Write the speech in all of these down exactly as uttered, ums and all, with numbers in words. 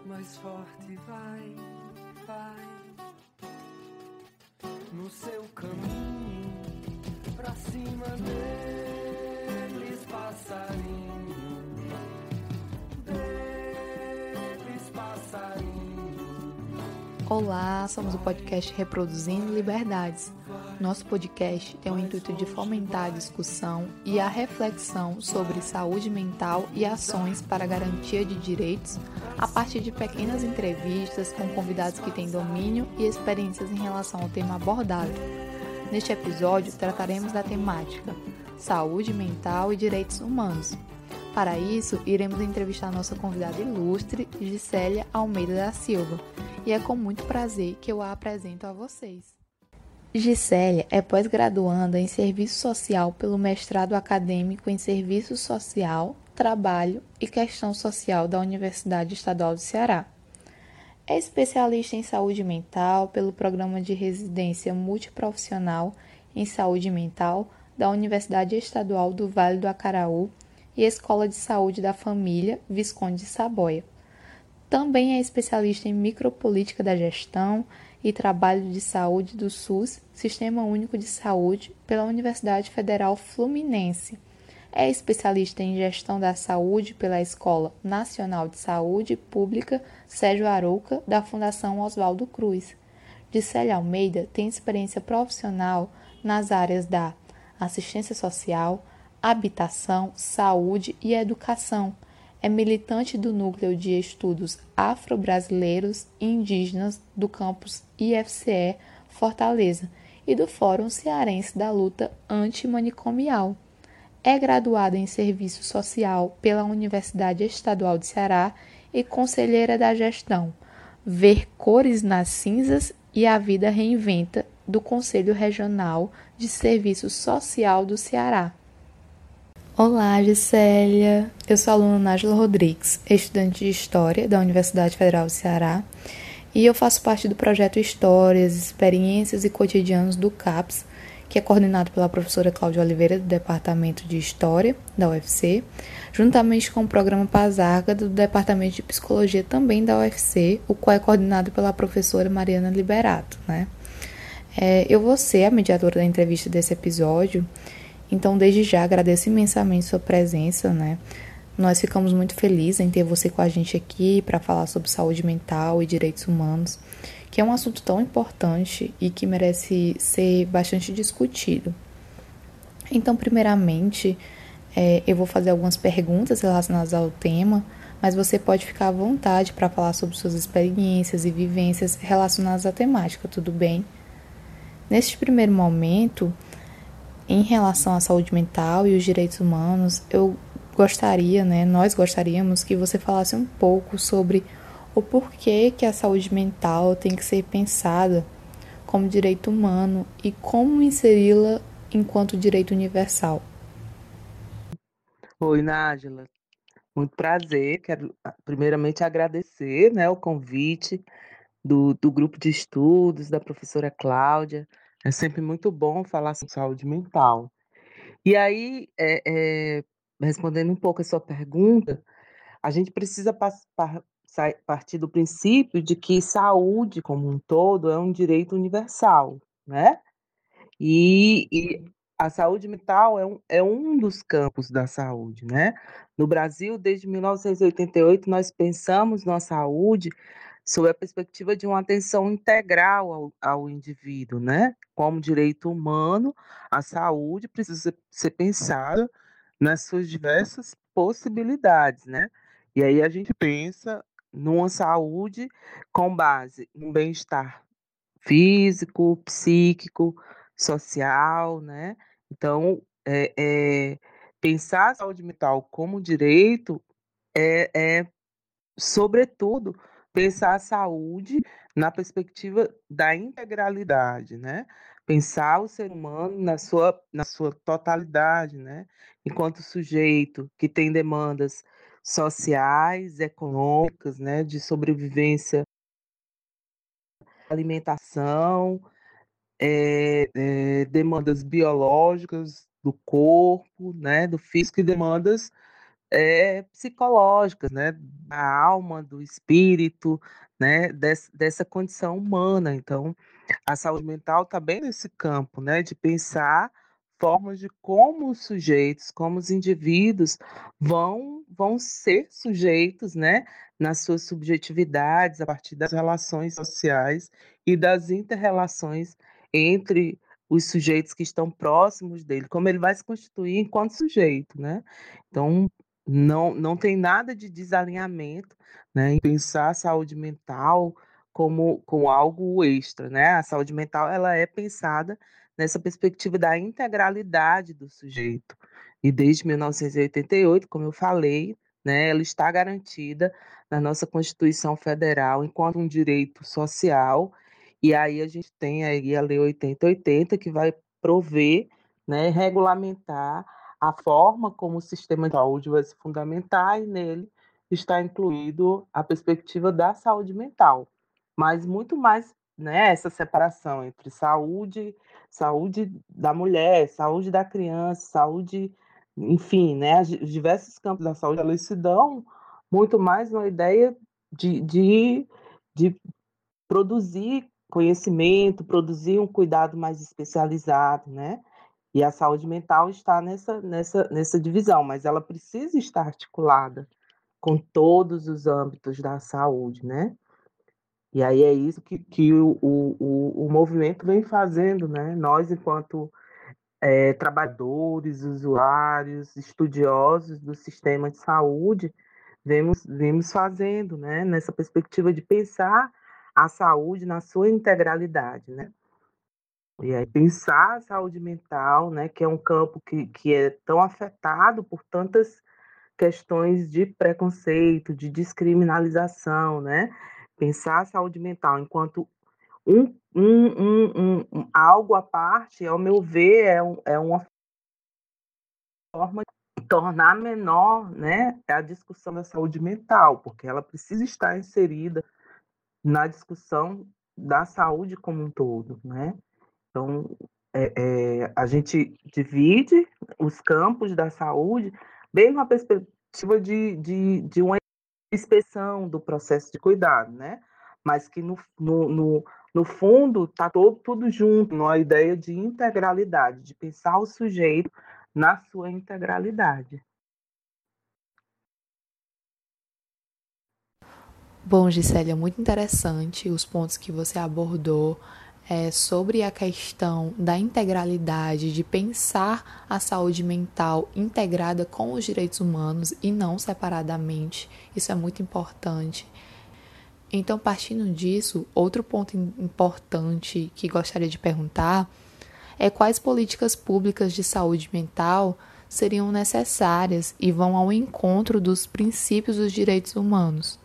mais forte vai, vai no seu caminho, pra cima deles, passarinho, deles, passarinho. Olá, somos o podcast Reproduzindo Liberdades. Nosso podcast tem o intuito de fomentar a discussão e a reflexão sobre saúde mental e ações para a garantia de direitos a partir de pequenas entrevistas com convidados que têm domínio e experiências em relação ao tema abordado. Neste episódio, trataremos da temática Saúde Mental e Direitos Humanos. Para isso, iremos entrevistar nossa convidada ilustre, Gisélia Almeida da Silva, e é com muito prazer que eu a apresento a vocês. Gisélia é pós-graduanda em Serviço Social pelo Mestrado Acadêmico em Serviço Social, Trabalho e Questão Social da Universidade Estadual do Ceará. É especialista em saúde mental pelo Programa de Residência Multiprofissional em Saúde Mental da Universidade Estadual do Vale do Acaraú e Escola de Saúde da Família Visconde de Saboia. Também é especialista em micropolítica da gestão e trabalho de saúde do SUS, Sistema Único de Saúde, pela Universidade Federal Fluminense. É especialista em gestão da saúde pela Escola Nacional de Saúde Pública Sérgio Arouca, da Fundação Oswaldo Cruz. Gisélia Almeida tem experiência profissional nas áreas da assistência social, habitação, saúde e educação. É militante do Núcleo de Estudos Afro-Brasileiros e Indígenas do campus I F C E Fortaleza e do Fórum Cearense da Luta Antimanicomial. É graduada em Serviço Social pela Universidade Estadual do Ceará e conselheira da gestão Ver Cores nas Cinzas e a Vida Reinventa do Conselho Regional de Serviço Social do Ceará. Olá, Gisélia. Eu sou a aluna Nájila Rodrigues, estudante de História da Universidade Federal do Ceará, e eu faço parte do projeto Histórias, Experiências e Cotidianos do CAPS, que é coordenado pela professora Cláudia Oliveira, do Departamento de História da U F C, juntamente com o programa Pazarga, do Departamento de Psicologia também da U F C, o qual é coordenado pela professora Mariana Liberato, né? É, eu vou ser a mediadora da entrevista desse episódio. Então, desde já, agradeço imensamente sua presença, né? Nós ficamos muito felizes em ter você com a gente aqui para falar sobre saúde mental e direitos humanos, que é um assunto tão importante e que merece ser bastante discutido. Então, primeiramente, é, eu vou fazer algumas perguntas relacionadas ao tema, mas você pode ficar à vontade para falar sobre suas experiências e vivências relacionadas à temática, tudo bem? Neste primeiro momento, em relação à saúde mental e os direitos humanos, eu gostaria, né, nós gostaríamos que você falasse um pouco sobre o porquê que a saúde mental tem que ser pensada como direito humano e como inseri-la enquanto direito universal. Oi, Nájila. Muito prazer. Quero primeiramente agradecer, né, o convite do, do grupo de estudos, da professora Cláudia. É sempre muito bom falar sobre saúde mental. E aí, é, é, respondendo um pouco a sua pergunta, a gente precisa pas- par- sai- partir do princípio de que saúde, como um todo, é um direito universal, né? E, e a saúde mental é um, é um dos campos da saúde, né? No Brasil, desde mil novecentos e oitenta e oito, nós pensamos na saúde sob a perspectiva de uma atenção integral ao, ao indivíduo, né? Como direito humano, a saúde precisa ser, ser pensada nas suas diversas possibilidades, né? E aí a gente pensa numa saúde com base no bem-estar físico, psíquico, social, né? Então, é, é, pensar a saúde mental como direito é, é, sobretudo, pensar a saúde na perspectiva da integralidade, né? Pensar o ser humano na sua, na sua totalidade, né? Enquanto sujeito que tem demandas sociais, econômicas, né? De sobrevivência, alimentação, é, é, demandas biológicas do corpo, né, do físico e demandas é, psicológicas, né, da alma, do espírito, né, dessa, dessa condição humana. Então, a saúde mental está bem nesse campo, né, de pensar formas de como os sujeitos, como os indivíduos vão, vão ser sujeitos, né, nas suas subjetividades, a partir das relações sociais e das inter-relações entre os sujeitos que estão próximos dele, como ele vai se constituir enquanto sujeito, né? Então, não, não tem nada de desalinhamento, né, em pensar a saúde mental como, como algo extra, né? A saúde mental ela é pensada nessa perspectiva da integralidade do sujeito. E desde mil novecentos e oitenta e oito, como eu falei, né, ela está garantida na nossa Constituição Federal enquanto um direito social. E aí a gente tem aí a Lei oitenta e oitenta que vai prover, né, regulamentar a forma como o sistema de saúde vai se fundamentar, e nele está incluído a perspectiva da saúde mental, mas muito mais, né, essa separação entre saúde, saúde da mulher, saúde da criança, saúde, enfim, né, os diversos campos da saúde, eles se dão muito mais na ideia de, de, de produzir conhecimento, produzir um cuidado mais especializado, né? E a saúde mental está nessa, nessa, nessa divisão, mas ela precisa estar articulada com todos os âmbitos da saúde, né? E aí é isso que, que o, o, o movimento vem fazendo, né? Nós, enquanto é, trabalhadores, usuários, estudiosos do sistema de saúde, vemos, vemos fazendo, né? Nessa perspectiva de pensar a saúde na sua integralidade, né? E aí pensar a saúde mental, né, que é um campo que, que é tão afetado por tantas questões de preconceito, de descriminalização, né? Pensar a saúde mental enquanto um, um, um, um, um algo à parte, ao meu ver, é, um, é uma forma de tornar menor, né, a discussão da saúde mental, porque ela precisa estar inserida na discussão da saúde como um todo, né? Então, é, é, a gente divide os campos da saúde bem numa perspectiva de, de, de uma inspeção do processo de cuidado, né? Mas que no, no, no, no fundo está todo, tudo junto, numa ideia de integralidade, de pensar o sujeito na sua integralidade. Bom, Gisélia, muito interessante os pontos que você abordou é, sobre a questão da integralidade, de pensar a saúde mental integrada com os direitos humanos e não separadamente. Isso é muito importante. Então, partindo disso, outro ponto importante que gostaria de perguntar é quais políticas públicas de saúde mental seriam necessárias e vão ao encontro dos princípios dos direitos humanos.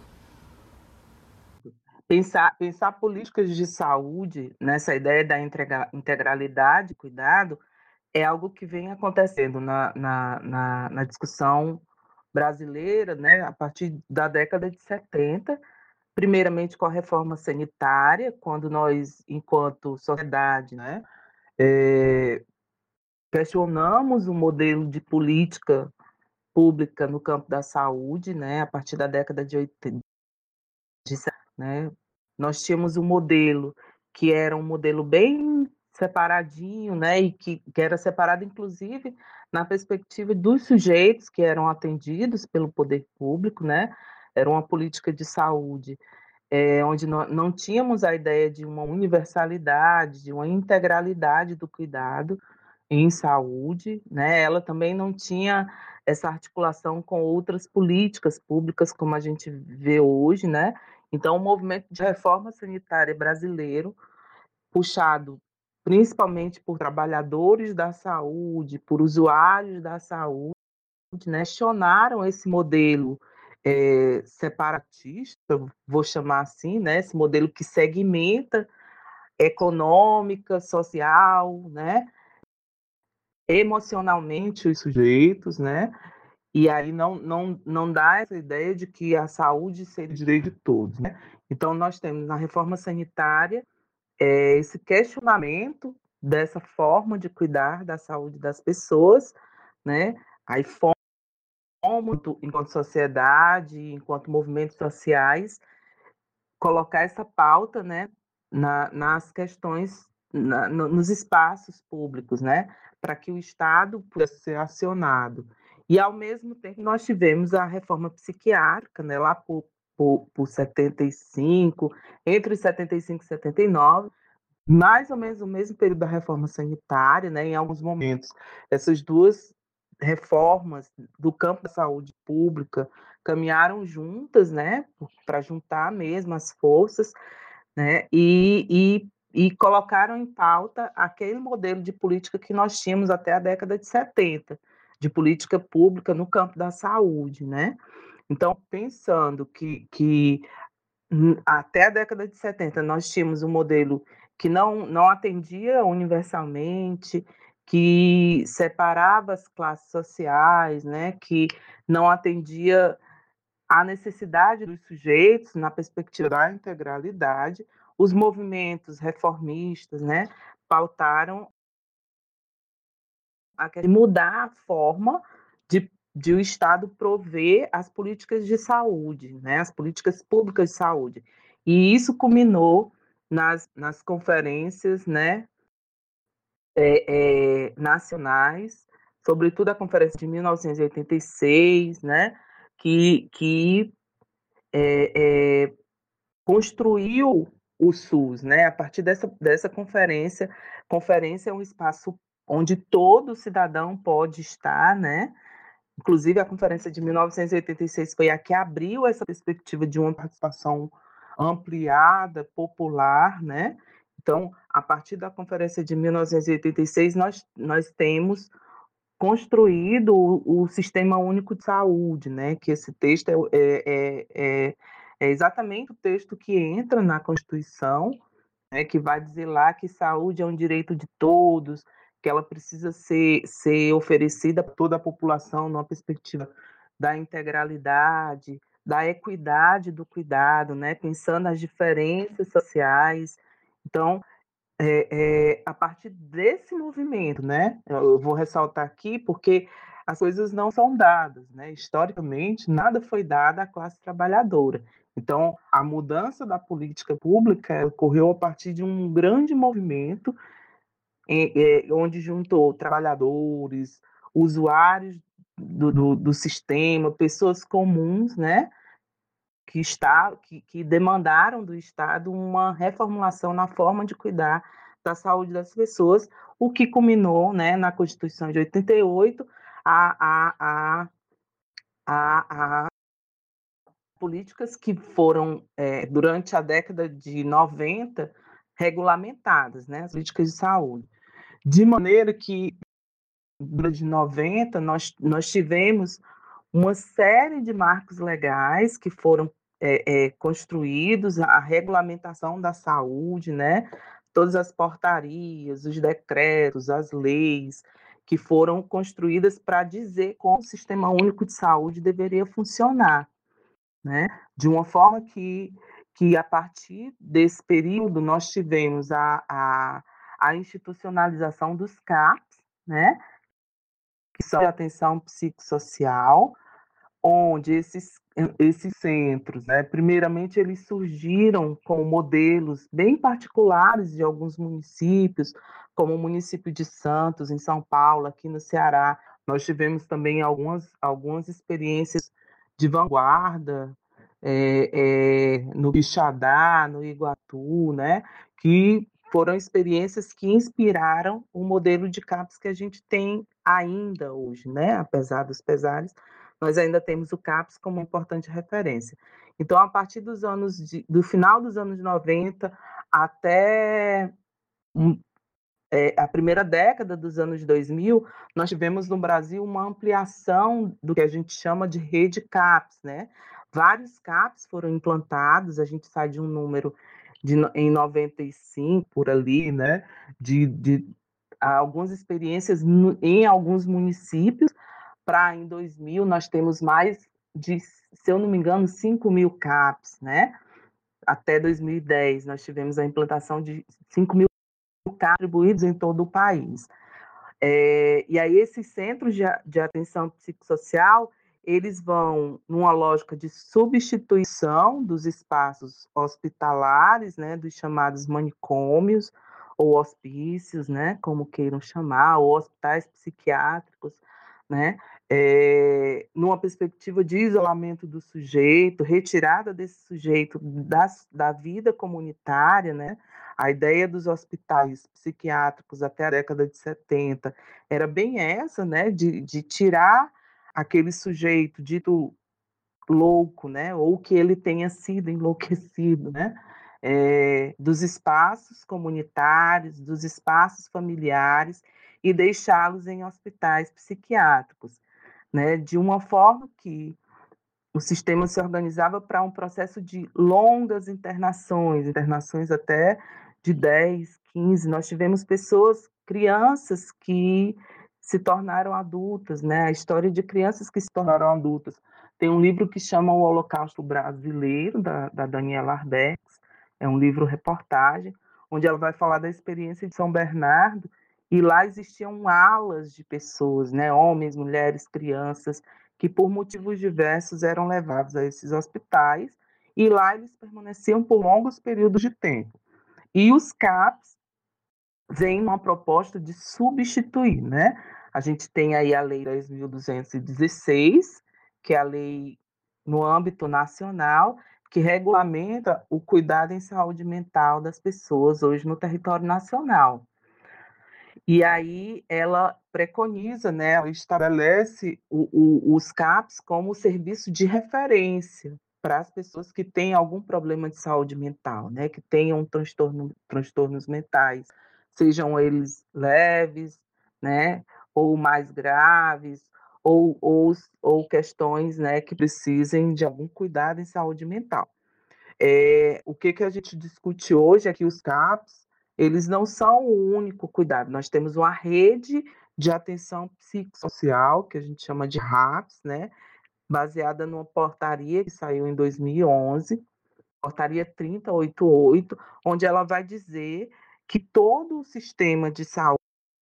Pensar, pensar políticas de saúde nessa ideia da integralidade, cuidado, é algo que vem acontecendo na, na, na, na discussão brasileira, né, a partir da década de setenta, primeiramente com a reforma sanitária, quando nós, enquanto sociedade, né, é, questionamos o modelo de política pública no campo da saúde, né, a partir da década de oitenta, né, nós tínhamos um modelo que era um modelo bem separadinho, né, e que, que era separado, inclusive, na perspectiva dos sujeitos que eram atendidos pelo poder público, né, era uma política de saúde é, onde não, não tínhamos a ideia de uma universalidade, de uma integralidade do cuidado em saúde, né? Ela também não tinha essa articulação com outras políticas públicas como a gente vê hoje, né? Então, o movimento de reforma sanitária brasileiro, puxado principalmente por trabalhadores da saúde, por usuários da saúde, né, questionaram esse modelo é, separatista, vou chamar assim, né, esse modelo que segmenta econômica, social, né, emocionalmente os sujeitos, né, e aí não, não, não dá essa ideia de que a saúde seria direito de todos, né. Então, nós temos na reforma sanitária é, esse questionamento dessa forma de cuidar da saúde das pessoas, né, aí como, enquanto sociedade, enquanto movimentos sociais, colocar essa pauta, né, na, nas questões, na, no, nos espaços públicos, né, para que o Estado pudesse ser acionado. E, ao mesmo tempo, nós tivemos a reforma psiquiátrica, né, lá por, por, por setenta e cinco, entre setenta e cinco e setenta e nove, mais ou menos o mesmo período da reforma sanitária, né, em alguns momentos. Essas duas reformas do campo da saúde pública caminharam juntas, né, para juntar mesmo as forças, né, e, e, e colocaram em pauta aquele modelo de política que nós tínhamos até a década de setenta, de política pública no campo da saúde, né? Então, pensando que, que até a década de setenta nós tínhamos um modelo que não, não atendia universalmente, que separava as classes sociais, né, que não atendia à necessidade dos sujeitos na perspectiva da integralidade. Os movimentos reformistas, né, pautaram a mudar a forma de, de o Estado prover as políticas de saúde, né, as políticas públicas de saúde. E isso culminou nas, nas conferências, né, é, é, nacionais, sobretudo a conferência de mil novecentos e oitenta e seis, né, que, que é, é, construiu o SUS, né, a partir dessa, dessa conferência. Conferência é um espaço onde todo cidadão pode estar, né? Inclusive, a conferência de mil novecentos e oitenta e seis foi a que abriu essa perspectiva de uma participação ampliada, popular, né? Então, a partir da conferência de mil novecentos e oitenta e seis, nós, nós temos construído o, o Sistema Único de Saúde, né? Que esse texto é, é, é, é exatamente o texto que entra na Constituição, né, que vai dizer lá que saúde é um direito de todos, que ela precisa ser, ser oferecida a toda a população numa perspectiva da integralidade, da equidade do cuidado, né, pensando nas diferenças sociais. Então, é, é, a partir desse movimento, né, eu vou ressaltar aqui porque as coisas não são dadas, né? Historicamente, nada foi dado à classe trabalhadora. Então, a mudança da política pública ocorreu a partir de um grande movimento é, é, onde juntou trabalhadores, usuários do, do, do sistema, pessoas comuns, né? Que, está, que, que demandaram do Estado uma reformulação na forma de cuidar da saúde das pessoas, o que culminou, né, na Constituição de oitenta e oito, a, a, a, a, a políticas que foram, é, durante a década de noventa, regulamentadas, né, as políticas de saúde. De maneira que, durante de noventa, nós, nós tivemos uma série de marcos legais que foram é, é, construídos, a regulamentação da saúde, né? Todas as portarias, os decretos, as leis que foram construídas para dizer como o Sistema Único de Saúde deveria funcionar, né? De uma forma que, que a partir desse período, nós tivemos a, a, a institucionalização dos CAPs, né? Que são de atenção psicossocial, onde esses, esses centros, né, primeiramente eles surgiram com modelos bem particulares de alguns municípios, como o município de Santos, em São Paulo, aqui no Ceará. Nós tivemos também algumas, algumas experiências de vanguarda, é, é, no Quixadá, no Iguatu, né, que foram experiências que inspiraram o modelo de CAPS que a gente tem ainda hoje, né, apesar dos pesares, nós ainda temos o CAPS como importante referência. Então, a partir dos anos de, do final dos anos noventa até um, é, a primeira década dos anos dois mil, nós tivemos no Brasil uma ampliação do que a gente chama de rede CAPS, né? Vários CAPS foram implantados, a gente sai de um número de, em noventa e cinco, por ali, né? De, de algumas experiências no, em alguns municípios, para em dois mil nós temos mais de, se eu não me engano, cinco mil CAPs, né? Até dois mil e dez nós tivemos a implantação de cinco mil CAPs distribuídos em todo o país. É, e aí esses centros de, de atenção psicossocial, eles vão numa lógica de substituição dos espaços hospitalares, né, dos chamados manicômios ou hospícios, né, como queiram chamar, ou hospitais psiquiátricos, né, é, numa perspectiva de isolamento do sujeito, retirada desse sujeito das, da vida comunitária, né. A ideia dos hospitais psiquiátricos até a década de setenta era bem essa, né, de, de tirar aquele sujeito dito louco, né, ou que ele tenha sido enlouquecido, né, é, dos espaços comunitários, dos espaços familiares e deixá-los em hospitais psiquiátricos, né, de uma forma que o sistema se organizava para um processo de longas internações, internações até de dez, quinze. Nós tivemos pessoas, crianças que se tornaram adultas, né? A história de crianças que se tornaram adultas. Tem um livro que chama O Holocausto Brasileiro, da, da Daniela Arbex, é um livro-reportagem, onde ela vai falar da experiência de São Bernardo, e lá existiam alas de pessoas, né? Homens, mulheres, crianças, que por motivos diversos eram levados a esses hospitais, e lá eles permaneciam por longos períodos de tempo. E os CAPs vêm numa proposta de substituir, né? A gente tem aí a Lei dez mil duzentos e dezesseis, que é a lei no âmbito nacional, que regulamenta o cuidado em saúde mental das pessoas hoje no território nacional. E aí ela preconiza, né, ela estabelece o, o, os CAPs como serviço de referência para as pessoas que têm algum problema de saúde mental, né, que tenham transtorno, transtornos mentais, sejam eles leves, né, ou mais graves, ou, ou, ou questões, né, que precisem de algum cuidado em saúde mental. É, o que, que a gente discute hoje é que os CAPs, eles não são o único cuidado. Nós temos uma rede de atenção psicossocial, que a gente chama de RAPS, né? Baseada numa portaria que saiu em dois mil e onze, portaria trinta e oitenta e oito, onde ela vai dizer que todo o sistema de saúde,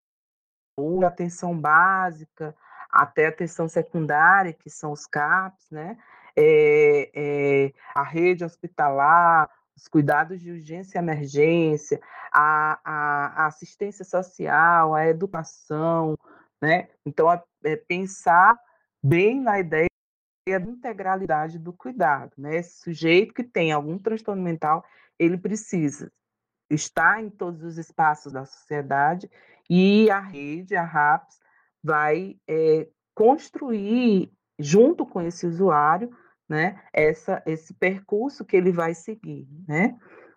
atenção básica, até atenção secundária, que são os CAPs, né? É, é, a rede hospitalar, os cuidados de urgência e emergência, a, a, a assistência social, a educação, né? Então, é, é pensar bem na ideia da integralidade do cuidado, né? Esse sujeito que tem algum transtorno mental, ele precisa está em todos os espaços da sociedade, e a rede, a RAPS, vai é, construir, junto com esse usuário, né, essa, esse percurso que ele vai seguir. Né?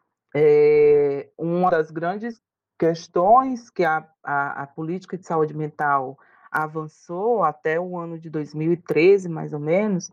É, uma das grandes questões que a, a, a política de saúde mental avançou até o ano de dois mil e treze, mais ou menos,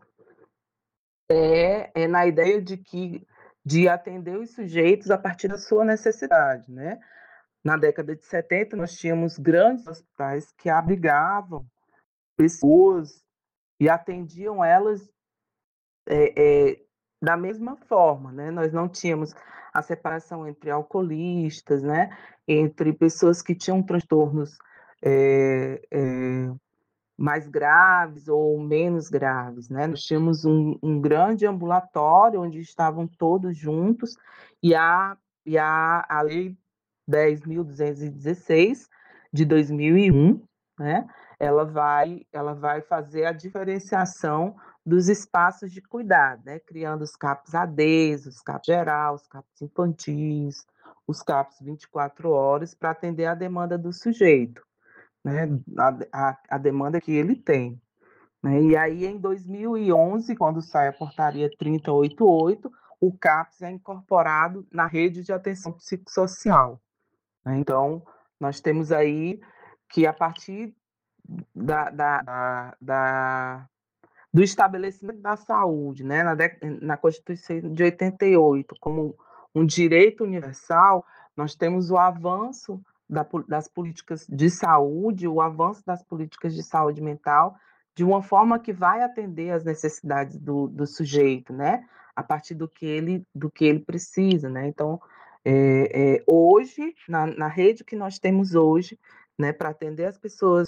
é, é na ideia de que de atender os sujeitos a partir da sua necessidade, né? Na década de setenta, nós tínhamos grandes hospitais que abrigavam pessoas e atendiam elas é, é, da mesma forma, né? Nós não tínhamos a separação entre alcoolistas, né? Entre pessoas que tinham transtornos é, é, mais graves ou menos graves, né? Nós tínhamos um, um grande ambulatório onde estavam todos juntos, e a, e a, a lei dez mil duzentos e dezesseis de dois mil e um, né? Ela vai, ela vai fazer a diferenciação dos espaços de cuidado, né? Criando os CAPs A Ds, os CAPs geral, os CAPs infantis, os CAPs vinte e quatro horas, para atender a demanda do sujeito, né? A, a, a demanda que ele tem. Né? E aí, em dois mil e onze, quando sai a portaria trinta e oitenta e oito, o CAPS é incorporado na rede de atenção psicossocial. Né? Então, nós temos aí que, a partir da, da, da, da do estabelecimento da saúde, né, na, na Constituição de oitenta e oito, como um direito universal, nós temos o avanço da, das políticas de saúde, o avanço das políticas de saúde mental, de uma forma que vai atender às necessidades do, do sujeito, né, a partir do que ele, do que ele precisa. Né? Então, é, é, hoje, na, na rede que nós temos hoje, né, para atender as pessoas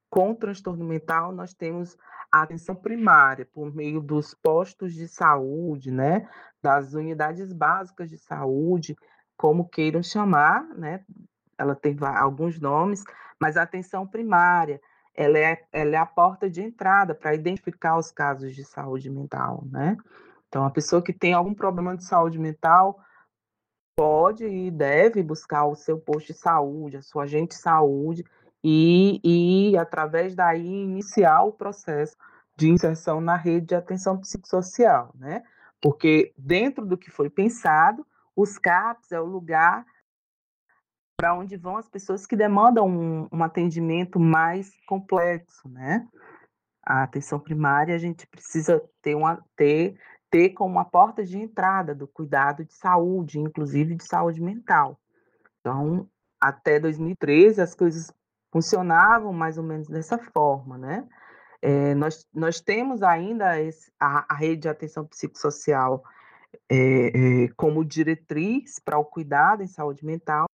com o transtorno mental, nós temos a atenção primária, por meio dos postos de saúde, né, das unidades básicas de saúde, como queiram chamar, né, ela tem alguns nomes, mas a atenção primária, ela é, ela é a porta de entrada para identificar os casos de saúde mental, né? Então, a pessoa que tem algum problema de saúde mental pode e deve buscar o seu posto de saúde, a sua agente de saúde, e, e através daí, iniciar o processo de inserção na rede de atenção psicossocial, né? Porque dentro do que foi pensado, os CAPs é o lugar para onde vão as pessoas que demandam um, um atendimento mais complexo, né? A atenção primária a gente precisa ter, uma, ter, ter como uma porta de entrada do cuidado de saúde, inclusive de saúde mental. Então, até dois mil e treze, as coisas funcionavam mais ou menos dessa forma, né? É, nós, nós temos ainda esse, a, a rede de atenção psicossocial é, é, como diretriz para o cuidado em saúde mental,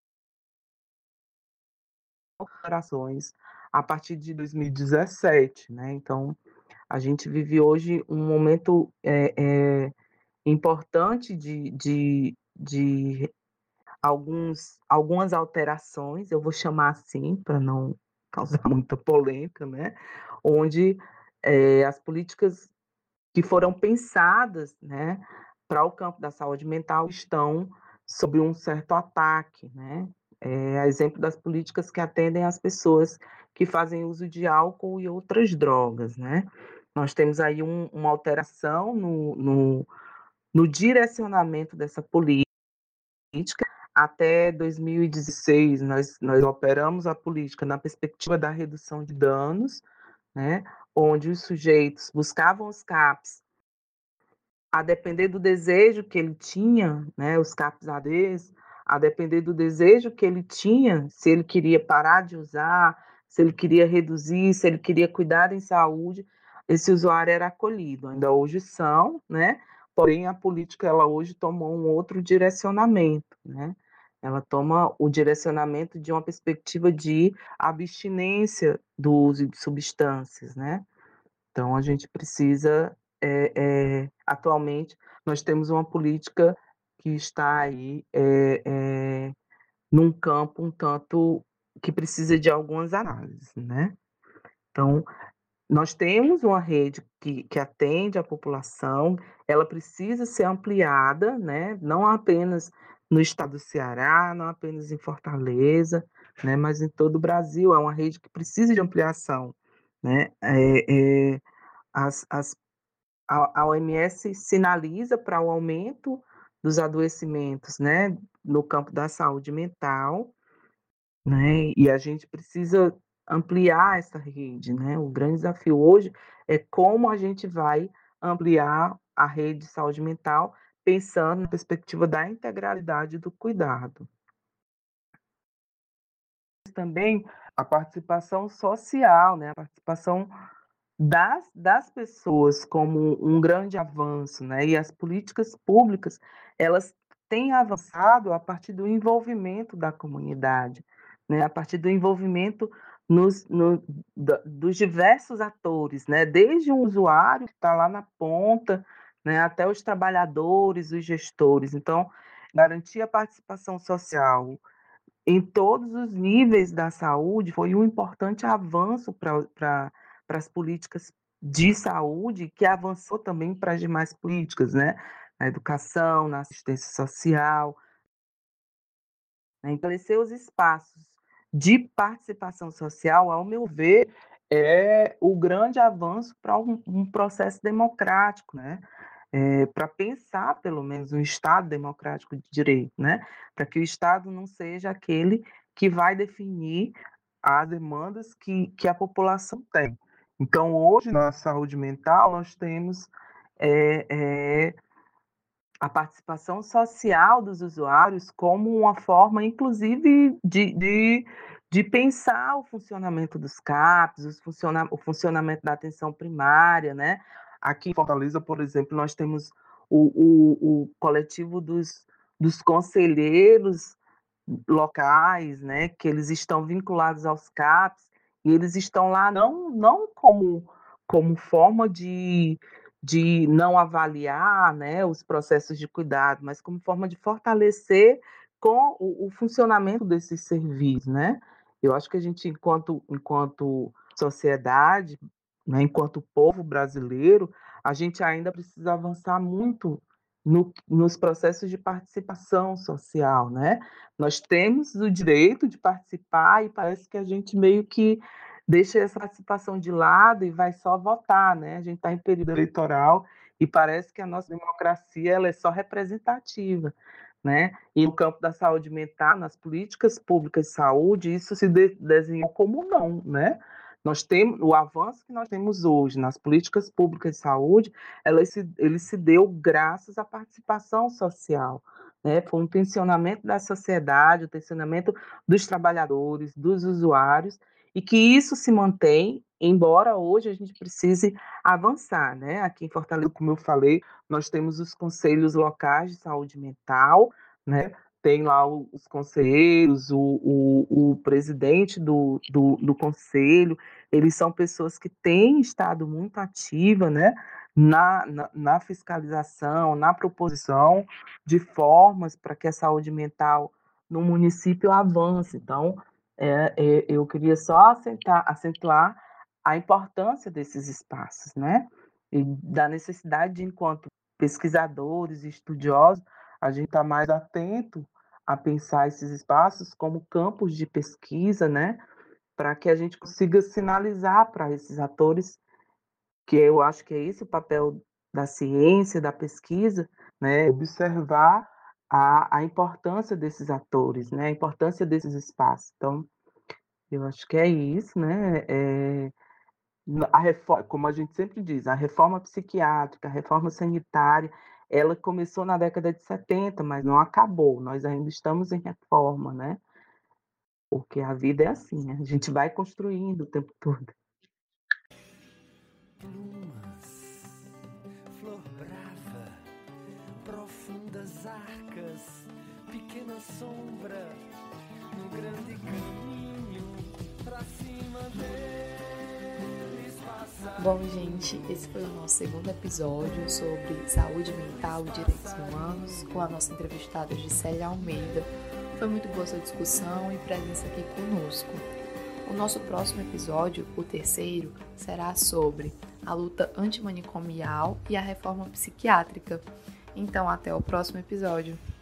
operações a partir de dois mil e dezessete, né? Então, a gente vive hoje um momento é, é, importante de, de, de alguns, algumas alterações, eu vou chamar assim, para não causar muita polêmica, né? Onde é, as políticas que foram pensadas, né, para o campo da saúde mental estão sob um certo ataque, né? É, a exemplo das políticas que atendem as pessoas que fazem uso de álcool e outras drogas, né? Nós temos aí um, uma alteração no, no, no direcionamento dessa política. Até dois mil e dezesseis, nós, nós operamos a política na perspectiva da redução de danos, né? Onde os sujeitos buscavam os CAPs a depender do desejo que ele tinha, né, os CAPs A Ds, a depender do desejo que ele tinha, se ele queria parar de usar, se ele queria reduzir, se ele queria cuidar em saúde, esse usuário era acolhido. Ainda hoje são, né? Porém, a política ela hoje tomou um outro direcionamento, né? Ela toma o direcionamento de uma perspectiva de abstinência do uso de substâncias, né? Então, a gente precisa, é, é, atualmente, nós temos uma política que está aí é, é, num campo um tanto que precisa de algumas análises, né? Então, nós temos uma rede que, que atende a população, ela precisa ser ampliada, né? Não apenas no estado do Ceará, não apenas em Fortaleza, né? Mas em todo o Brasil, é uma rede que precisa de ampliação, né? É, é, as, as, a, a O M S sinaliza para o aumento dos adoecimentos, né, no campo da saúde mental, né, e a gente precisa ampliar essa rede, né, o grande desafio hoje é como a gente vai ampliar a rede de saúde mental, pensando na perspectiva da integralidade do cuidado. Também a participação social, né, a participação das, das pessoas como um grande avanço, né? E as políticas públicas, elas têm avançado a partir do envolvimento da comunidade, né? A partir do envolvimento nos, no, da, dos diversos atores, né? Desde o usuário que está lá na ponta, né? Até os trabalhadores, os gestores. Então, garantir a participação social em todos os níveis da saúde foi um importante avanço para as políticas de saúde, que avançou também para as demais políticas, né? Na educação, na assistência social, né? Estabelecer os espaços de participação social, ao meu ver, é o grande avanço para um, um processo democrático, né? É, para pensar, pelo menos, um Estado democrático de direito, né? Para que o Estado não seja aquele que vai definir as demandas que, que a população tem. Então, hoje, na saúde mental, nós temos é, é, a participação social dos usuários como uma forma, inclusive, de, de, de pensar o funcionamento dos CAPs, os funciona, o funcionamento da atenção primária, né? Aqui em Fortaleza, por exemplo, nós temos o, o, o coletivo dos, dos conselheiros locais, né? Que eles estão vinculados aos CAPs E eles estão lá não, não como, como forma de, de não avaliar, né, os processos de cuidado, mas como forma de fortalecer com o, o funcionamento desses serviços, né? Eu acho que a gente, enquanto, enquanto sociedade, né, enquanto povo brasileiro, a gente ainda precisa avançar muito no, nos processos de participação social, né? Nós temos o direito de participar e parece que a gente meio que deixa essa participação de lado e vai só votar, né? A gente está em período eleitoral e parece que a nossa democracia ela é só representativa, né? E no campo da saúde mental, nas políticas públicas de saúde, isso se de desenhou como não, né? Nós temos o avanço que nós temos hoje nas políticas públicas de saúde, ela se, ele se deu graças à participação social, né? Foi um tensionamento da sociedade, o tensionamento dos trabalhadores, dos usuários, e que isso se mantém, embora hoje a gente precise avançar, né? Aqui em Fortaleza, como eu falei, nós temos os conselhos locais de saúde mental, né? Tem lá os conselheiros, o, o, o presidente do, do, do conselho, eles são pessoas que têm estado muito ativas, né? Na, na, na fiscalização, na proposição de formas para que a saúde mental no município avance. Então, é, é, eu queria só acentuar, acentuar a importância desses espaços, né? E da necessidade de, enquanto pesquisadores e estudiosos, a gente estar tá mais atento a pensar esses espaços como campos de pesquisa, né? Para que a gente consiga sinalizar para esses atores, que eu acho que é esse o papel da ciência, da pesquisa, né? Observar a, a importância desses atores, né? A importância desses espaços. Então, eu acho que é isso, né? É, a reforma, como a gente sempre diz, a reforma psiquiátrica, a reforma sanitária, ela começou na década de setenta, mas não acabou. Nós ainda estamos em reforma, né? Porque a vida é assim, né? A gente vai construindo o tempo todo. Plumas, flor brava, profundas arcas, pequena sombra, no grande caminho, pra cima deles passar. Bom, gente, esse foi o nosso segundo episódio sobre saúde mental e direitos humanos, com a nossa entrevistada Gisele Almeida. Foi muito boa sua discussão e presença aqui conosco. O nosso próximo episódio, o terceiro, será sobre a luta antimanicomial e a reforma psiquiátrica. Então, até o próximo episódio.